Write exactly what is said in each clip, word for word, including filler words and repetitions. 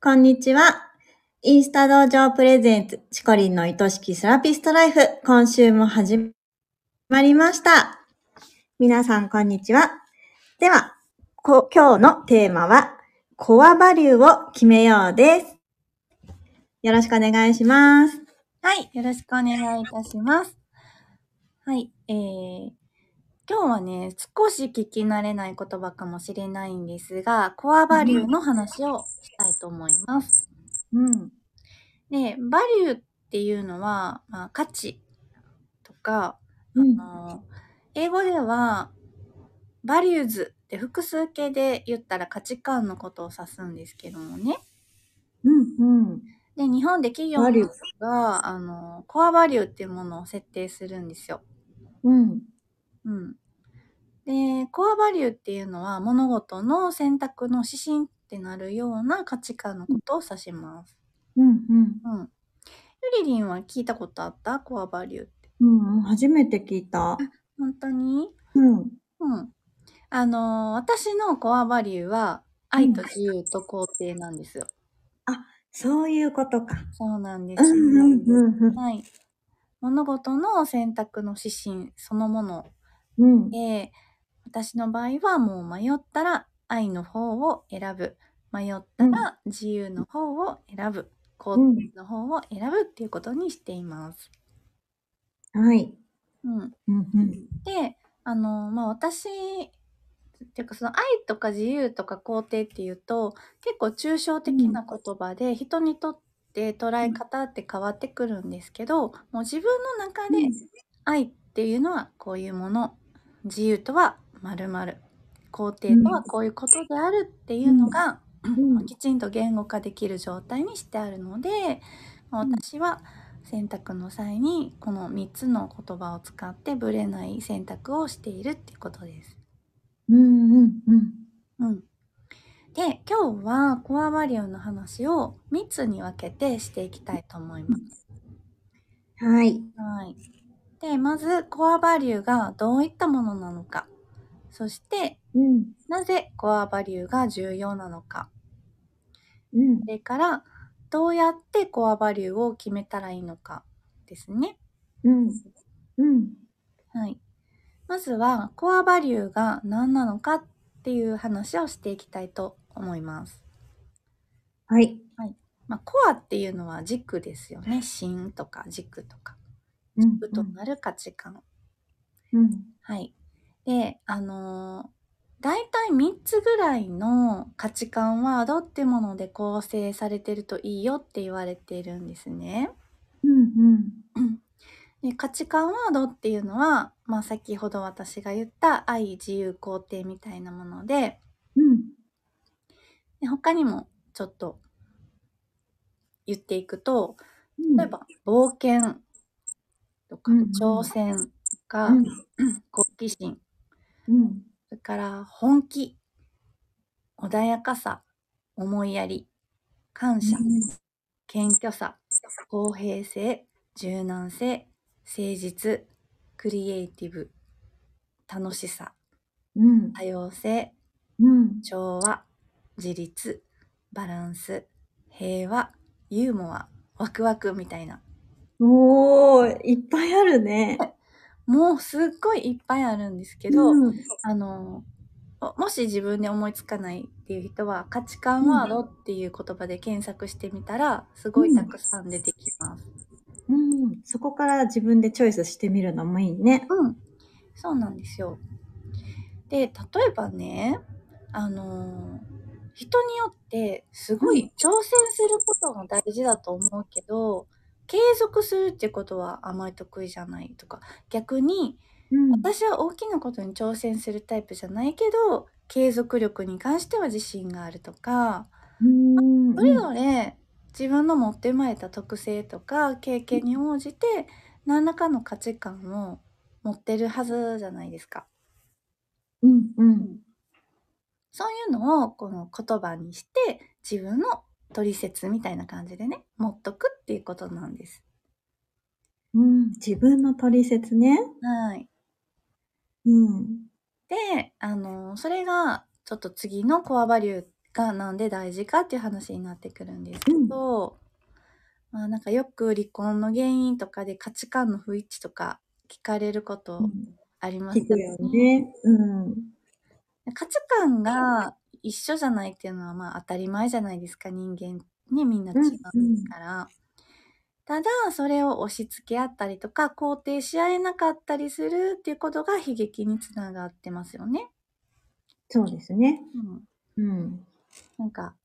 こんにちは。インスタ道場プレゼンツ、チコリンの愛しきセラピストライフ。今週も始まりました。皆さん、こんにちは。では、こ今日のテーマは、コアバリューを決めようです。よろしくお願いします。 はい、よろしくお願いいたします。はい、えー、今日はね、少し聞き慣れない言葉かもしれないんですが、コアバリューの話をしたいと思います。 うん。 で、バリューっていうのは、まあ、価値とか、 うん、 あの英語では、バリューズって複数形で言ったら価値観のことを指すんですけどもね。 うん、うん。 で、日本で企業バリュー。 が、あの、コアバリューっていうものを設定するんですよ。 うん。 うん。で、コアバリューっていうのは物事の選択の指針ってなるような価値観のことを指します。 うん、うん。 うん。ゆりりんは聞いたことあったコアバリューって。 うん、初めて聞いた。 本当に？ うん。 うん。あのー、私のコアバリューは愛と自由と肯定なんですよ。 あ、そういうことか。 そうなんでうん、 す。 うん、うん、うん。 はい。物事の選択の指針そのものうん。 で、私の場合はもう迷ったら愛の方を選ぶ。迷ったら自由の方を選ぶ。肯うん。 定の方を選ぶっていうことにしています。 はい。 うん。 うん、うん。 で、あの、まあ、私、っていうかその愛とか自由とか肯定っていうと、結構抽象的な言葉で人にとって捉え方って変わってくるんですけど、もう自分の中で愛っていうのはこういうもの、自由とは〇〇、肯定とはこういうことであるっていうのが、 うん。 きちんと言語化できる状態にしてあるので、私は選択の際にこのみっつの言葉を使ってブレない選択をしているっていうことです。 うん、うん、うん。 うん。で、今日はコアバリューの話をみっつに分けてしていきたいと思います。 はい。 はい。で、まずコアバリューがどういったものなのか、そしてうん。 なぜコアバリューが重要なのか、 うん。 それからどうやってコアバリューを決めたらいいのかですね。 うん。うん。 はい。まずはコアバリューが何なのかっていう話をしていきたいと思います。 はい。 はい。まあ、コアっていうのは軸ですよね。芯とか軸とか。 うん。 軸となる価値観。 うん。 はい。で、あのー、だいたいみっつぐらいの価値観ワードってもので構成されてるといいよって言われているんですね。 うん。 で、価値観ワードっていうのは、まあ先ほど私が言った愛、自由、肯定みたいなもので、 うん。 で他にもちょっと言っていくと、例えば冒険とか挑戦とか好奇心、 うん。 それから本気、穏やかさ、思いやり、感謝、謙虚さ、公平性、柔軟性、誠実、クリエイティブ、楽しさ、 うん。 多様性、 うん。 調和、自立、バランス、平和、ユーモア、ワクワクみたいな。 おー、いっぱいあるね。 もうすっごいいっぱいあるんですけど、 うん。 あの、もし自分で思いつかないっていう人は、価値観ワードっていう言葉で検索してみたら、すごいたくさん出てきます。 うん。そこから自分でチョイスしてみるのもいいね。 うん。そうなんですよ。で、例えばね、あの、人によってすごい挑戦することが大事だと思うけど、継続するってことはあまり得意じゃないとか、逆にうん。 私は大きなことに挑戦するタイプじゃないけど、継続力に関しては自信があるとか、 うん。 それぞれ自分の持って生まれた特性とか経験に応じて何らかの価値観を持ってるはずじゃないですか。 うん。うん。 そういうのをこの言葉にして自分の取説みたいな感じでね、持っとくっていうことなんです。 うん。自分の取説ね。 はい。 うん。 で、あの、それがちょっと次のコアバリューがなんで大事かっていう話になってくるんですけど、うん、まあなんかよく離婚の原因とかで価値観の不一致とか聞かれることありますよね。 聞くよね。うん。 価値観が一緒じゃないっていうのはまあ当たり前じゃないですか。人間ね、みんな違うから。うんうん、ただ、それを押し付け合ったりとか、肯定し合えなかったりするっていうことが悲劇につながってますよね。 そうですね。 うん。うん、なんか、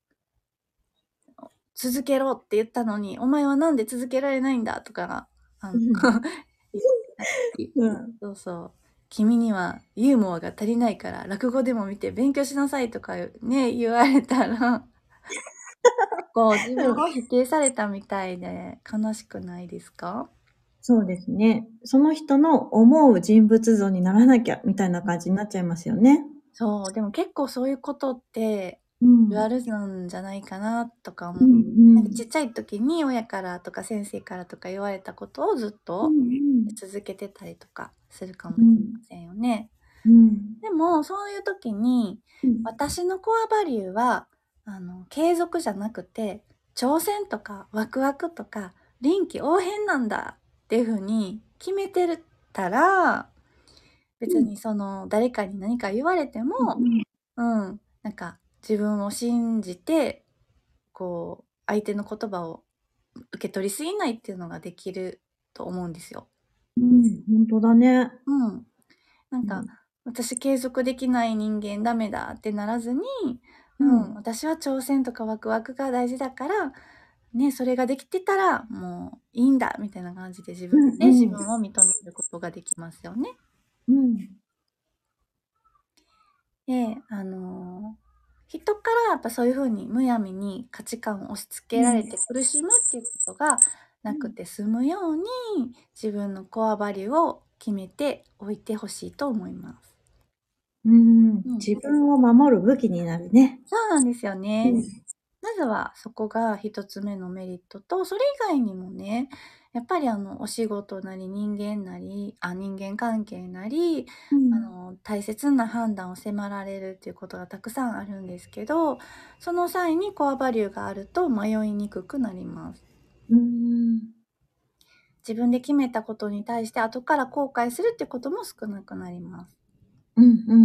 続けろって言ったのに、お前はなんで続けられないんだとか、あの、うん、そうそう。君にはユーモアが足りないから落語でも見て勉強しなさいとかね、言われたらこう自分を否定されたみたいで悲しくないですか？ そうですね。その人の思う人物像にならなきゃみたいな感じになっちゃいますよね。 そう、でも結構そういうことってうん、 あるなんじゃないかなとか思う。 うんうん、 なんかちっちゃい時に親からとか先生からとか言われたことをずっと続けてたりとかするかもしれませんよね。うんうん、でもそういう時に、うん、私のコアバリューはあの継続じゃなくて挑戦とかワクワクとか臨機応変なんだっていうふうに決めてるたら、別にその誰かに何か言われても、うん、うん、なんか自分を信じてこう相手の言葉を受け取りすぎないっていうのができると思うんですよ。 うん、本当だね。 うん。なんか、うん、私継続できない人間ダメだってならずに、うん、うん、私は挑戦とかワクワクが大事だから、ね、それができてたらもういいんだみたいな感じで自分で自分を認めることができますよね。うん。で、あのー、人からやっぱそういうふうにむやみに価値観を押し付けられて苦しむっていうことがなくて済むように、自分のコアバリューを決めておいてほしいと思います。 うん、自分を守る武器になるね。 そうなんですよね。うん、まずはそこが一つ目のメリットと、それ以外にもね、やっぱりあのお仕事なり人間なり、あ、人間関係なり、うん、あの大切な判断を迫られるっていうことがたくさんあるんですけど、その際にコアバリューがあると迷いにくくなります。うん、自分で決めたことに対して後から後悔するってことも少なくなります。うんうん。うん、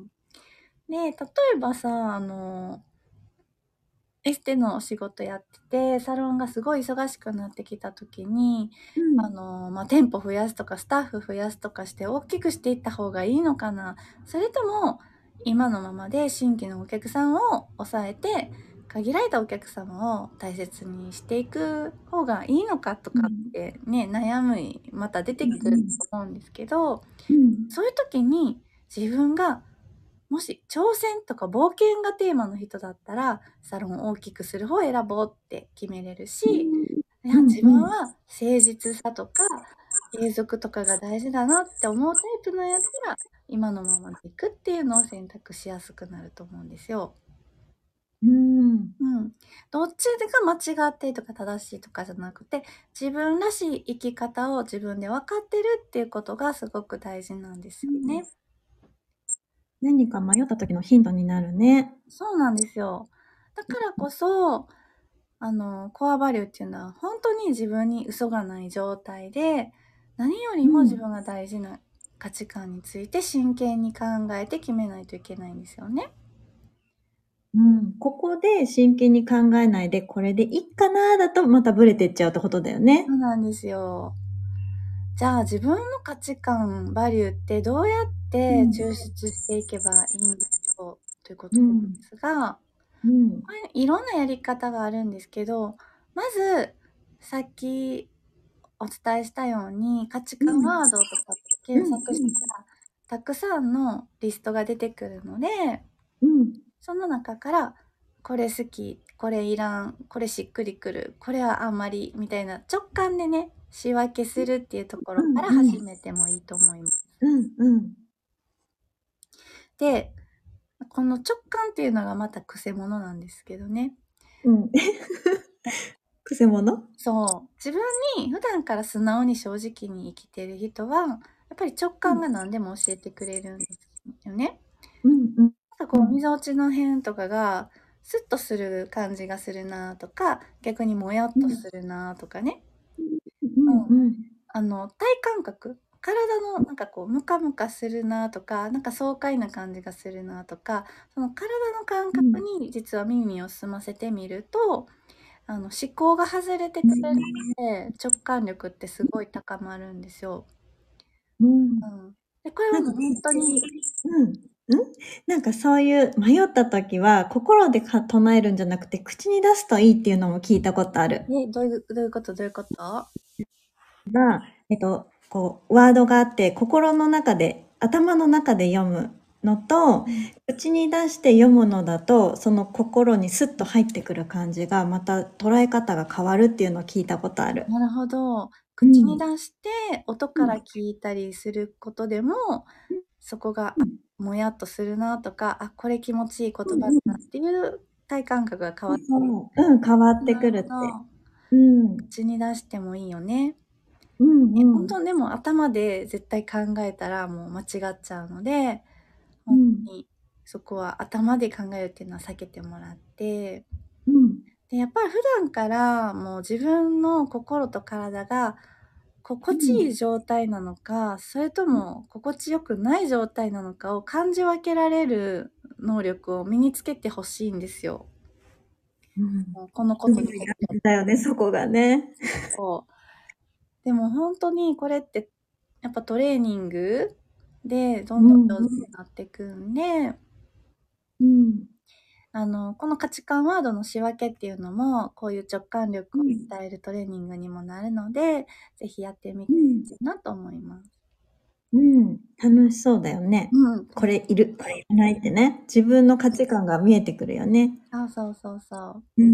で、例えばさ、あの、エステのお仕事やってて、サロンがすごい忙しくなってきた時に、うん、あの、まあ、店舗増やすとか、スタッフ増やすとかして大きくしていった方がいいのかな。それとも、今のままで新規のお客さんを抑えて、限られたお客様を大切にしていく方がいいのかとかってね、うん、悩みまた出てくると思うんですけど、うん、そういう時に自分がもし挑戦とか冒険がテーマの人だったら、サロンを大きくする方を選ぼうって決めれるし、いや自分は誠実さとか継続とかが大事だなって思うタイプのやつら、今のままでいくっていうのを選択しやすくなると思うんですよ。うん。うん。どっちが間違ってとか正しいとかじゃなくて、自分らしい生き方を自分で分かってるっていうことがすごく大事なんですよね。うん何か迷った時のヒントになるね。 そうなんですよ。だからこそ、あの、コアバリューっていうのは本当に自分に嘘がない状態で、何よりも自分が大事な価値観について真剣に考えて決めないといけないんですよね。 うん、ここで真剣に考えないで、これでいいかなだとまたブレてっちゃうってことだよね。 そうなんですよ。じゃあ自分の価値観、バリューってどうやって抽出していけばいいんでしょうということなんですが、うんうん、これいろんなやり方があるんですけど、まずさっきお伝えしたように価値観ワードとか検索したら、たくさんのリストが出てくるので、うん、その中からこれ好き、これいらん、これしっくりくる、これはあんまりみたいな直感でね、仕分けするっていうところから始めてもいいと思います。うんうん、で、この直感っていうのがまたくせ者なんですけどね。 うん。くせ者？ そう。自分に普段から素直に正直に生きてる人は、やっぱり直感が何でも教えてくれるんですよね。うんうん。なんかこう、溝落ちの辺とかがスッとする感じがするなとか、逆にもやっとするなとかね。 うんうん。 あの、体感覚、体のなんかこう、ムカムカするなとか、なんか爽快な感じがするなとか、その体の感覚に実は耳を澄ませてみると、あの、思考が外れてくれるので、直感力ってすごい高まるんですよ。 うん。 うん。で、これはもうなんか本当に、 うん。ん？なんかそういう迷った時は、心でか唱えるんじゃなくて、口に出すといいっていうのも聞いたことある。 え、どういう、どういうことどういうことが、えっと、こう、ワードがあって、心の中で、頭の中で読むのと、口に出して読むのだと、その心にスッと入ってくる感じが、また捉え方が変わるっていうのを聞いたことある。 なるほど。 うん。 口に出して音から聞いたりすることでも、そこが、あ、もやっとするなとか、あ、これ気持ちいい言葉だなっていう体感覚が変わってくる。 そう、うん、変わってなるほくるって。 ど。 うん。 口に出してもいいよね。 うんえ、 うん。 本当でも頭で絶対考えたらもう間違っちゃうので、本うん。 当にそこは頭で考えるっていうのは避けてもらって、 うん。 で、やっぱり普段からもう自分の心と体が心地いい状態なのか、それとも心地よくない状態なのかを感じ分けられる能力を身につけてほしいんですよ。 うん。 もうこのことにすごい大事だよね、そこがね。 そう。でも本当にこれってやっぱトレーニングでどんどんうんうん。 上手になっていくんで、 うん。 あの、この価値観ワードの仕分けっていうのも、こういう直感力をうん。 鍛えるトレーニングにもなるので、ぜひやってみてほうん。 しいなと思います。 うん。楽しそうだよね。 うん。 これいる、これいらないってね。自分の価値観が見えてくるよね。 そうそうそうそう。 うん。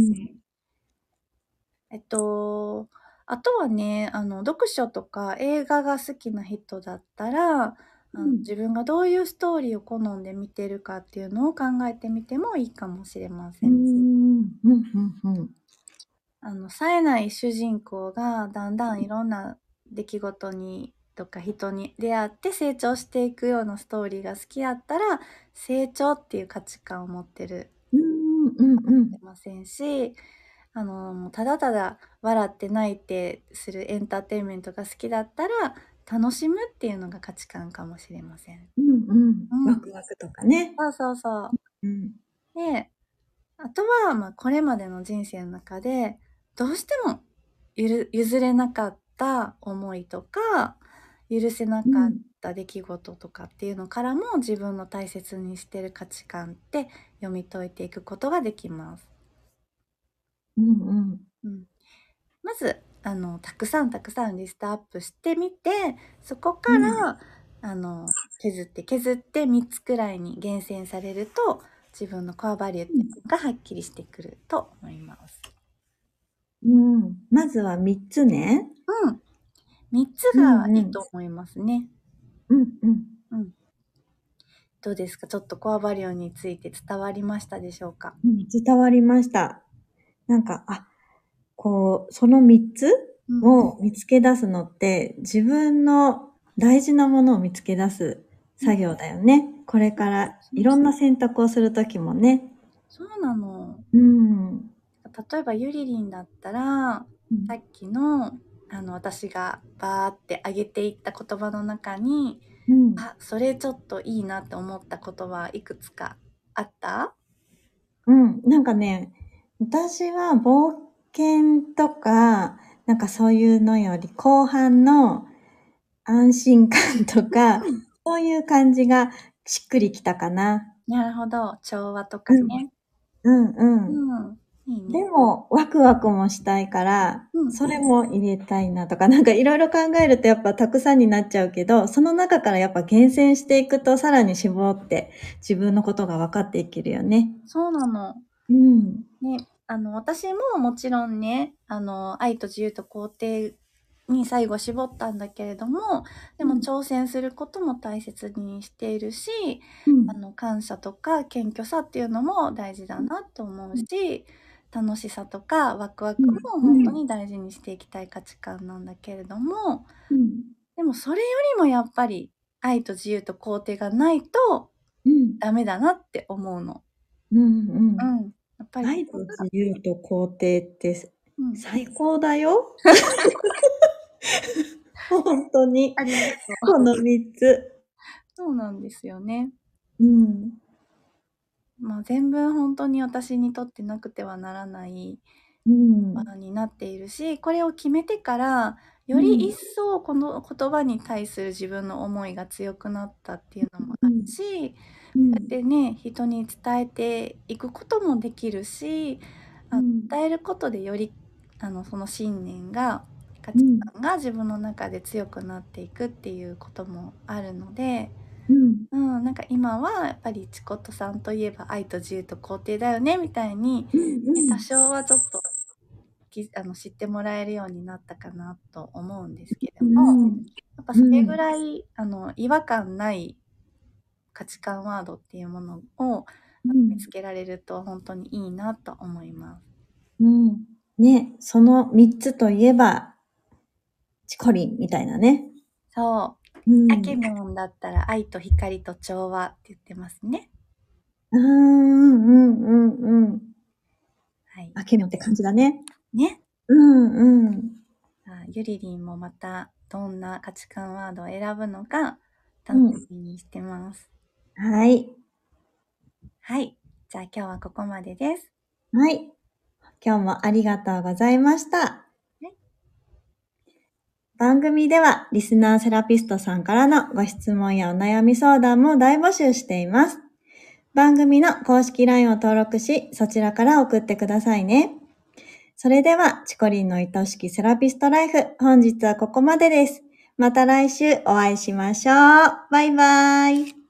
えっと、あとはね、あの、読書とか映画が好きな人だったら、あの、 うん。 自分がどういうストーリーを好んで見てるかっていうのを考えてみてもいいかもしれませうーん。 ん。うんうんうん。 あの、冴えない主人公がだんだんいろんな出来事にとか人に出会って成長していくようなストーリーが好きやったら、成長っていう価値観を持ってるうーん、うんうん。 かもしれませんし、あの、もうただただ笑って泣いてするエンターテインメントが好きだったら、楽しむっていうのが価値観かもしれません。 うんうん。 うん。 ワクワクとかね。 そうそうそう。 うん。 で、あとは、まあ、これまでの人生の中で、どうしてもゆる譲れなかった思いとか、許せなかっうん。 た出来事とかっていうのからも、自分の大切にしてる価値観って読み解いていくことができます。 うんうん。 うん。まず、あの、たくさんたくさんリストアップしてみて、そこかうん。 ら、あの、削って削ってみっつくらいに厳選されると、自分のコアバリューっていうのがはっきりしてくると思います。 うん。まずはみっつね。 うん。みっつがいいうんうん。 と思いますね。 うんうん。 うん。どうですか？ちょっとコアバリューについて伝わりましたでしょうか？ うん、伝わりました。なんか、あ、こう、そのみっつうん。 を見つけ出すのって、自分の大事なものを見つけ出すうん。 作業だよね。これからいろんな選択をする時もね。 そうなの。 うん。 例えばゆりりんだったら、 うん。 さっきの、あの、私がバーって上げていった言葉の中に、 うん。 あ、それちょっといいなって思った言葉いくつかあった？ うん。なんかね、私は冒険とか、なんかそういうのより後半の安心感とか、 うん。 そういう感じがしっくりきたかな。 なるほど。調和とかうん。 ね。 うんうん。 うん。いいね。 でも、ワクワクもしたいから、 うん。 それも入れたいなとか、なんかいろいろ考えるとやっぱたくさんになっちゃうけど、その中からやっぱ厳選していくとさらに絞って自分のことが分かっていけるよね。 そうなの。 うん。 ね、あの、私ももちろんね、あの、愛と自由と肯定に最後絞ったんだけれども、でもうん。 挑戦することも大切にしているし、 うん。 あの、感謝とか謙虚さっていうのも大事だなと思うし、楽しさとかワクワクうん。 もうん。 本当に大事にしていきたい価値観なんだけれども、 うん。 でもそれよりもやっぱり愛と自由と肯定がないとうん。 ダメだなって思うの。 うん。うん。 うん。 やっぱり、 愛と自由と肯定ってうん、 最高だよ。本当に。 ありがとう。 このみっつ。 そうなんですよね。 うん。 もう全部本当に私にとってなくてはならないうん。 ものになっているし、これを決めてからよりうん一層この言葉に対する自分の思いが強くなったっていうのもあるうんし、こうんうやってね、人に伝えていくこともできるし、あのうん伝えることでよりあのその信念が価値うん観が自分の中で強くなっていくっていうこともあるので、 うんうん、なんか今はやっぱりチコットさんといえば愛と自由と肯定だよねみたいに、ね、多少はちょっときあの知ってもらえるようになったかなと思うんですけうども、 んやっぱそれぐらいあの違和感ない価値観ワードっていうものをうん見つけられると本当にいいなと思います。 うんね、そのみっつといえば、チコリンみたいなね。 そう。 うん。 アケミョンだったら愛と光と調和って言ってますね。 うんうんうんうん。 はい。 あけみょんって感じだね。 ね。 うんうん。 あゆりりんもまたどんな価値観ワードを選ぶのかうん楽しみにしてます。 はい。 はい。じゃあ今日はここまでです。 はい。今日もありがとうございました。 はい。 番組ではリスナーセラピストさんからのご質問やお悩み相談も大募集しています。番組の公式 ライン を登録し、そちらから送ってくださいね。それでは、チコリンの愛しきセラピストライフ、本日はここまでです。また来週お会いしましょう。バイバイ。